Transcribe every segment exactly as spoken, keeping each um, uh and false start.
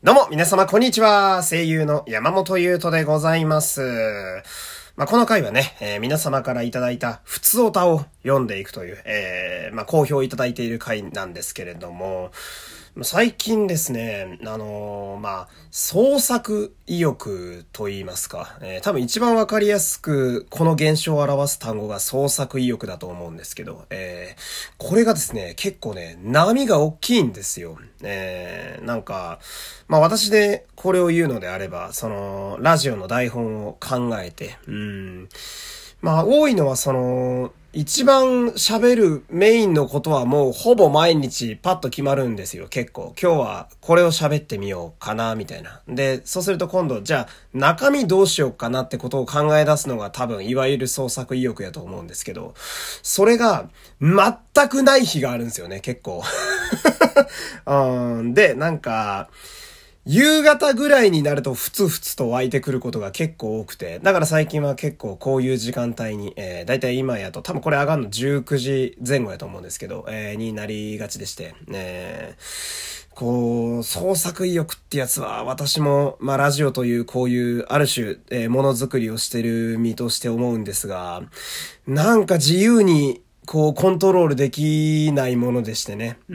どうも、皆様、こんにちは。声優の山本優斗でございます。まあ、この回はね、えー、皆様からいただいたふつおたを読んでいくという、えー、まあ、好評いただいている回なんですけれども、最近ですね、あのー、まあ、創作意欲と言いますか、えー、多分一番わかりやすくこの現象を表す単語が創作意欲だと思うんですけど、えー、これがですね、結構ね、波が大きいんですよ。えー、なんか、まあ私でこれを言うのであれば、その、ラジオの台本を考えて、うん、まあ多いのはその、一番喋るメインのことはもうほぼ毎日パッと決まるんですよ、結構。今日はこれを喋ってみようかな、みたいな。で、そうすると今度、じゃあ中身どうしようかなってことを考え出すのが多分いわゆる創作意欲やと思うんですけど、それが全くない日があるんですよね、結構。うん、で、なんか、夕方ぐらいになるとふつふつと湧いてくることが結構多くて、だから最近は結構こういう時間帯に、えー、だいたい今やと多分これ上がるのじゅうくじぜん後やと思うんですけど、えー、になりがちでして、えー、こう、創作意欲ってやつは私も、まあラジオというこういうある種、えー、ものづくりをしてる身として思うんですが、なんか自由に、こう、コントロールできないものでしてね。うん。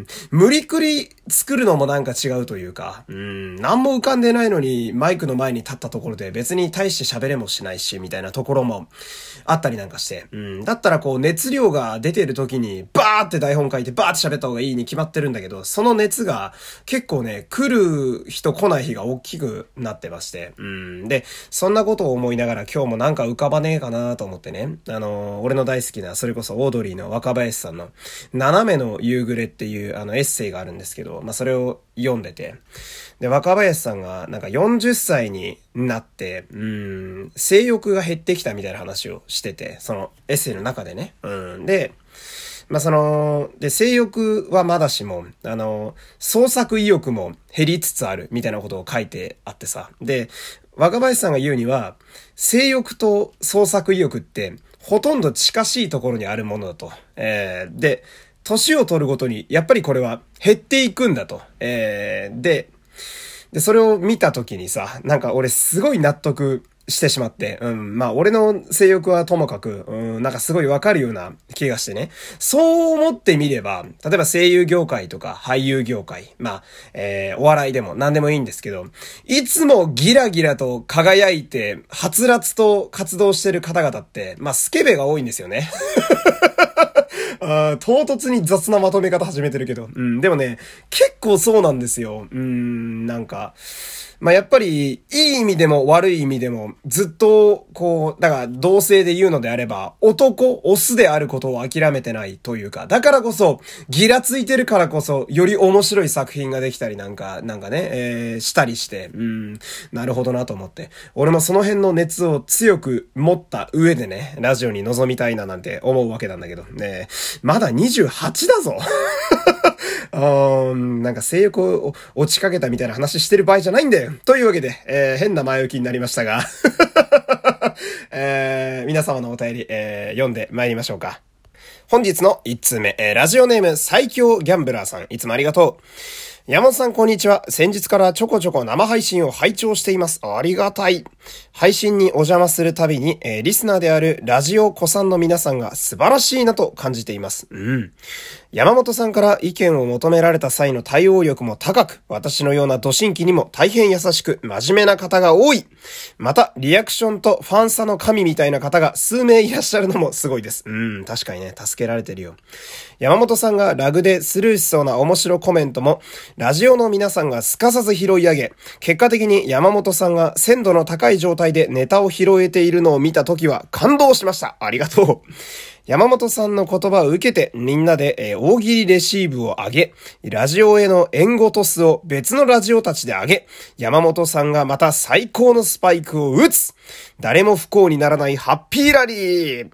無理くり作るのもなんか違うというか、うん。何も浮かんでないのにマイクの前に立ったところで別に大して喋れもしないし、みたいなところもあったりなんかして。うん。だったらこう、熱量が出てる時にバーって台本書いてバーって喋った方がいいに決まってるんだけど、その熱が結構ね、来る日と来ない日が大きくなってまして。うん。で、そんなことを思いながら今日もなんか浮かばねえかなと思ってね。あのー、俺の大好きな、それこそオードリーの若林さんの斜めの夕暮れっていうあのエッセイがあるんですけど、まあそれを読んでて、で若林さんがなんかよんじゅっさいになってうーん性欲が減ってきたみたいな話をしてて、そのエッセイの中でね、うんでまあ、その、で、性欲はまだしも、あの、創作意欲も減りつつあるみたいなことを書いてあってさ。で、若林さんが言うには、性欲と創作意欲って、ほとんど近しいところにあるものだと。えー、で、年を取るごとに、やっぱりこれは減っていくんだと。えー、で、で、それを見たときにさ、なんか俺すごい納得してしまって、うん、まあ俺の性欲はともかく、うん、なんかすごいわかるような気がしてね。そう思ってみれば、例えば声優業界とか俳優業界、まあ、えー、お笑いでも何でもいいんですけど、いつもギラギラと輝いて、はつらつと活動してる方々って、まあスケベが多いんですよね。あ唐突に雑なまとめ方始めてるけど。うん、でもね、結構そうなんですよ。うん、なんか、まあ、やっぱり、いい意味でも悪い意味でも、ずっと、こう、だから同性で言うのであれば、男、オスであることを諦めてないというか、だからこそ、ギラついてるからこそ、より面白い作品ができたりなんか、なんかね、えー、したりして、うん、なるほどなと思って。俺もその辺の熱を強く持った上でね、ラジオに臨みたいななんて思うわけなんだけど、ね、まだにじゅうはちだぞ。うーん、なんか性欲を落ちかけたみたいな話してる場合じゃないんだよ。というわけで、えー、変な前置きになりましたが、えー、皆様のお便り、えー、読んで参りましょうか。本日のいち通目、えー、ラジオネーム最強ギャンブラーさん、いつもありがとう。山本さんこんにちは。先日からちょこちょこ生配信を拝聴しています。ありがたい。配信にお邪魔するたびに、えー、リスナーであるラジオ子さんの皆さんが素晴らしいなと感じています。うん。山本さんから意見を求められた際の対応力も高く、私のようなド新規にも大変優しく、真面目な方が多い。また、リアクションとファンサの神みたいな方が数名いらっしゃるのもすごいです。うん、確かにね、助けられてるよ。山本さんがラグでスルーしそうな面白コメントも、ラジオの皆さんがすかさず拾い上げ、結果的に山本さんが鮮度の高い状態でネタを拾えているのを見たときは感動しました。ありがとう。山本さんの言葉を受けてみんなで、えー、大喜利レシーブを上げ、ラジオへの援護トスを別のラジオたちで上げ、山本さんがまた最高のスパイクを打つ。誰も不幸にならないハッピーラリー。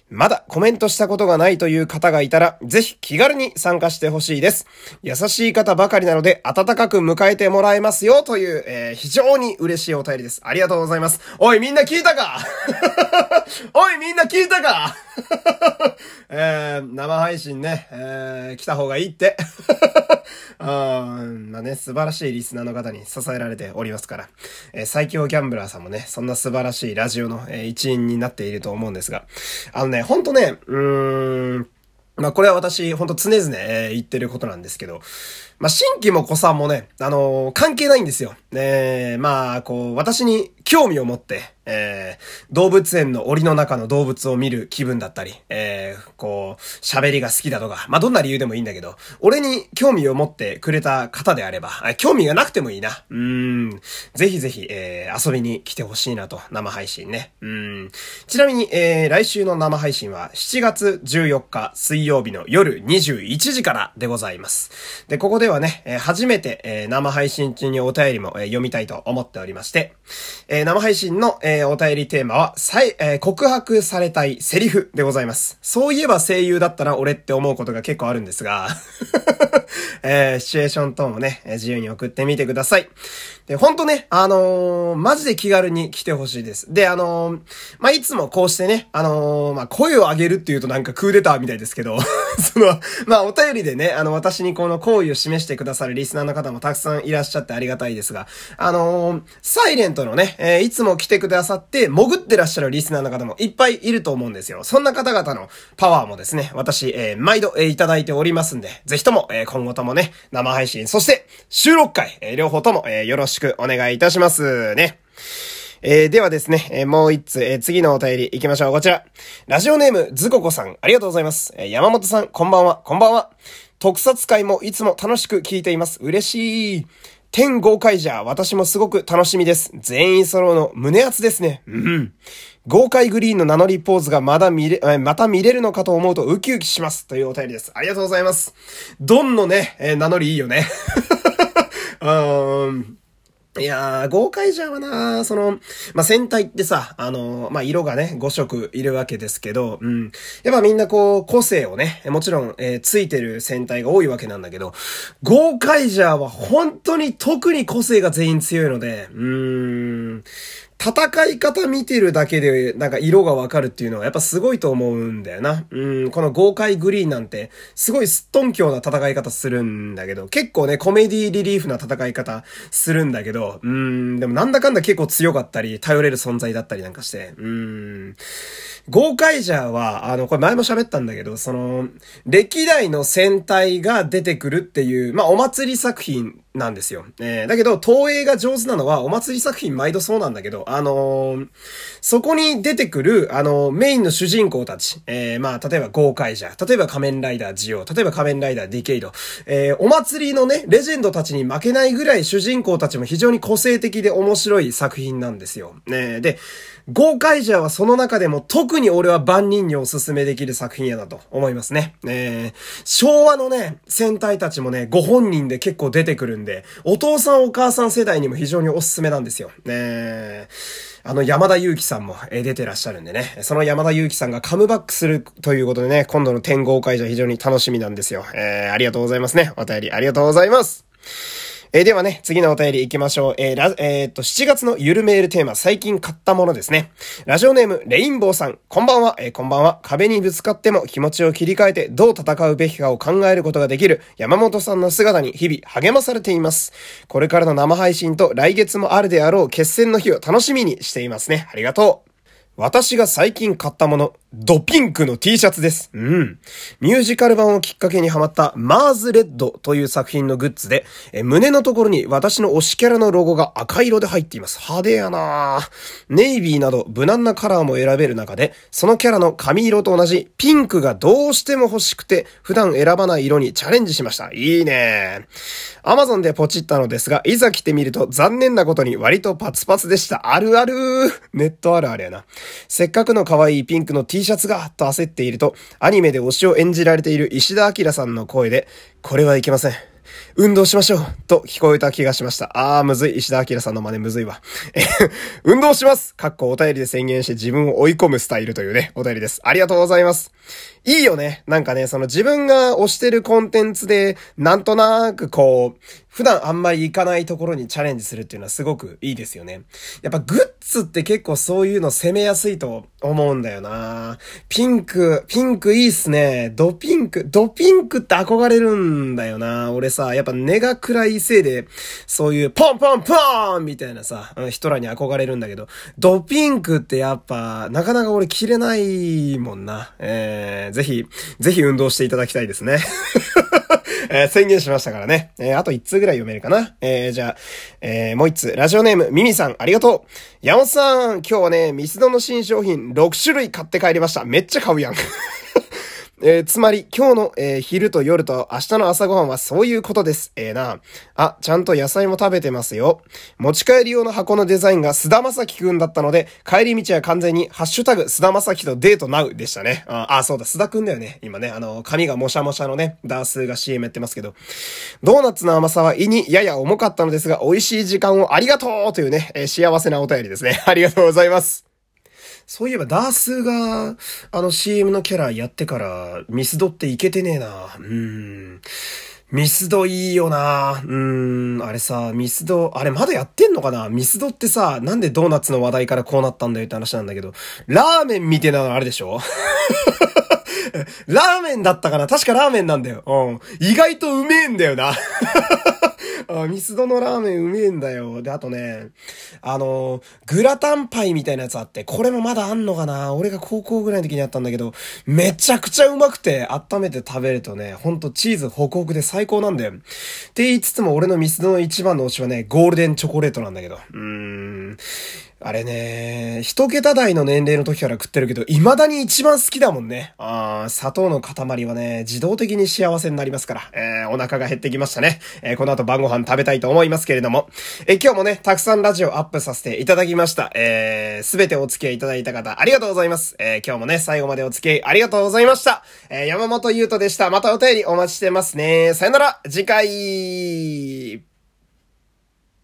まだコメントしたことがないという方がいたら、ぜひ気軽に参加してほしいです。優しい方ばかりなので、温かく迎えてもらえますよという、えー、非常に嬉しいお便りです。ありがとうございます。おい、みんな聞いたかおい、みんな聞いたかえー、生配信ね、えー、来た方がいいって。あーまあね、素晴らしいリスナーの方に支えられておりますから、えー、最強ギャンブラーさんもね、そんな素晴らしいラジオの、えー、一員になっていると思うんですが、あのね、ほんとね、うーん、まあこれは私、ほんと常々、えー、言ってることなんですけど、まあ新規も子さんもね、あのー、関係ないんですよ。えー、まあこう、私に興味を持って、えー、動物園の檻の中の動物を見る気分だったり、えー、こう、喋りが好きだとか、まあどんな理由でもいいんだけど、俺に興味を持ってくれた方であれば、興味がなくてもいいな。うーん、ぜひぜひ、えー、遊びに来てほしいなと、生配信ね。うーん、ちなみに、えー、来週の生配信はしちがつじゅうよっか水曜日の夜にじゅういちじからでございます。で、ここではね、えー、初めて、えー、生配信中にお便りも、えー、読みたいと思っておりまして、えー、生配信の、えー、お便りテーマは、さい、えー、告白されたいセリフでございます。そういえば声優だったら俺って思うことが結構あるんですが、えー、シチュエーション等もね、自由に送ってみてください。で、ほんとね、あのー、マジで気軽に来てほしいです。で、あのー、まあ、いつもこうしてね、あのー、まあ、声を上げるっていうとなんかクーデターみたいですけど、その、まあ、お便りでね、あの、私にこの好意を示してくださるリスナーの方もたくさんいらっしゃってありがたいですが、あのー、サイレントのね、えー、いつも来てくださって潜ってらっしゃるリスナーの方もいっぱいいると思うんですよ。そんな方々のパワーもですね、私、えー、毎度、えー、いただいておりますんで、ぜひとも、えー、今後ともね、生配信、そして収録回、えー、両方とも、えー、よろしくお願いいたしますね。えー、ではですね、えー、もう一つ、えー、次のお便り行きましょう。こちら。ラジオネーム、ずここさん、ありがとうございます。えー、山本さん、こんばんは、こんばんは。特撮会もいつも楽しく聞いています。嬉しい。天豪快じゃ、私もすごく楽しみです。全員揃うの胸熱ですね。うん。豪快グリーンの名乗りポーズがまだ見れ、また見れるのかと思うとウキウキします。というお便りです。ありがとうございます。ドンのね、えー、名乗りいいよね。うーん。いやー、豪快じゃんはなー、その、まあ、戦隊ってさ、あのー、まあ、色がね、ご色いるわけですけど、うん。やっぱみんなこう、個性をね、もちろん、えー、ついてる戦隊が多いわけなんだけど、豪快じゃは本当に特に個性が全員強いので、うーん。戦い方見てるだけでなんか色がわかるっていうのはやっぱすごいと思うんだよな。うん、この豪快グリーンなんてすごいすっとんきょうな戦い方するんだけど、結構ねコメディリリーフな戦い方するんだけど、うん、でもなんだかんだ結構強かったり頼れる存在だったりなんかして、うん、豪快ジャーはあのこれ前も喋ったんだけど、その歴代の戦隊が出てくるっていうまあお祭り作品なんですよ。えー、だけど、東映が上手なのは、お祭り作品毎度そうなんだけど、あのー、そこに出てくる、あのー、メインの主人公たち、えー、まあ、例えば、豪快じゃ、例えば仮面ライダージオ、例えば仮面ライダーディケイド、えー、お祭りのね、レジェンドたちに負けないぐらい主人公たちも非常に個性的で面白い作品なんですよ。ね、で、豪快じゃはその中でも特に俺は万人におすすめできる作品やなと思いますね。えー、昭和のね、戦隊たちもね、ご本人で結構出てくるんで、お父さんお母さん世代にも非常におすすめなんですよ。ね、あの山田裕貴さんも出てらっしゃるんでね、その山田裕貴さんがカムバックするということでね、今度の天豪快じゃ非常に楽しみなんですよ。えー、ありがとうございますね。お便りありがとうございます。えー、ではね、次のお便り行きましょう。えー、ラ、えー、っと、しちがつのゆるメールテーマ、最近買ったものですね。ラジオネーム、レインボーさん。こんばんは。えー、こんばんは。壁にぶつかっても気持ちを切り替えてどう戦うべきかを考えることができる山本さんの姿に日々励まされています。これからの生配信と来月もあるであろう決戦の日を楽しみにしていますね。ありがとう。私が最近買ったもの、ドピンクの T シャツです。うん。ミュージカル版をきっかけにハマったマーズレッドという作品のグッズで、え胸のところに私の推しキャラのロゴが赤色で入っています。派手やなぁ。ネイビーなど無難なカラーも選べる中で、そのキャラの髪色と同じピンクがどうしても欲しくて、普段選ばない色にチャレンジしました。いいね。アマゾンでポチったのですが、いざ着てみると残念なことに割とパツパツでした。あるあるネットあるあるやな。せっかくの可愛いピンクの T シャツがと焦っていると、アニメで推しを演じられている石田明さんの声で、これはいけません。 運動しましょうと聞こえた気がしました。あー、むずい。石田明さんの真似むずいわ。え運動しますかっこお便りで宣言して自分を追い込むスタイルというね、お便りです。ありがとうございます。いいよね。なんかね、その自分が推してるコンテンツで、なんとなくこう、普段あんまり行かないところにチャレンジするっていうのはすごくいいですよね。やっぱグッズって結構そういうの攻めやすいと思うんだよな。ピンク、ピンクいいっすね。ドピンク、ドピンクって憧れるんだよな。俺さ、やっぱ根が暗いせいで、そういうポンポンポーンみたいなさ、人らに憧れるんだけど、ドピンクってやっぱ、なかなか俺着れないもんな。えー、ぜひ、ぜひ運動していただきたいですね。えー、宣言しましたからね。えー、あと一通ぐらい読めるかな。えー、じゃあ、えー、もう一通。ラジオネーム、ミミさん、ありがとう。山本さん、今日はね、ミスドの新商品ろく種類買って帰りました。めっちゃ買うやん。えー、つまり、今日の、えー、昼と夜と明日の朝ごはんはそういうことです。えー、なあ、ちゃんと野菜も食べてますよ。持ち帰り用の箱のデザインが須田正樹くんだったので、帰り道は完全にハッシュタグ須田正樹とデートナウでしたね。あ、あそうだ、須田くんだよね。今ね、あの、髪がもしゃもしゃのね、ダースが シーエム やってますけど。ドーナツの甘さは胃にやや重かったのですが、美味しい時間をありがとうというね、えー、幸せなお便りですね。ありがとうございます。そういえばダースが、あの シーエム のキャラやってから、ミスドっていけてねえな。うーん。ミスドいいよな。うーん。あれさ、ミスド、あれまだやってんのかな。ミスドってさ、なんでドーナツの話題からこうなったんだよって話なんだけど、ラーメンみてえなのあれでしょラーメンだったかな。確かラーメンなんだよ。うん。意外とうめえんだよな。あ、ミスドのラーメンうめえんだよ。で、あとね、あの、グラタンパイみたいなやつあって、これもまだあんのかな。俺が高校ぐらいの時にあったんだけど、めちゃくちゃうまくて、温めて食べるとね、ほんとチーズホクホクで最高なんだよ。って言いつつも俺のミスドの一番の推しはね、ゴールデンチョコレートなんだけど。うーん。あれね、一桁台の年齢の時から食ってるけど、未だに一番好きだもんね。あー、砂糖の塊はね、自動的に幸せになりますから、えー、お腹が減ってきましたね。えー、この後晩ご飯食べたいと思いますけれども、えー、今日もね、たくさんラジオアップさせていただきました。えー、すべてお付き合いいただいた方、ありがとうございます。えー、今日もね、最後までお付き合いありがとうございました。えー、山本優斗でした。またお便りお待ちしてますね。さよなら、次回。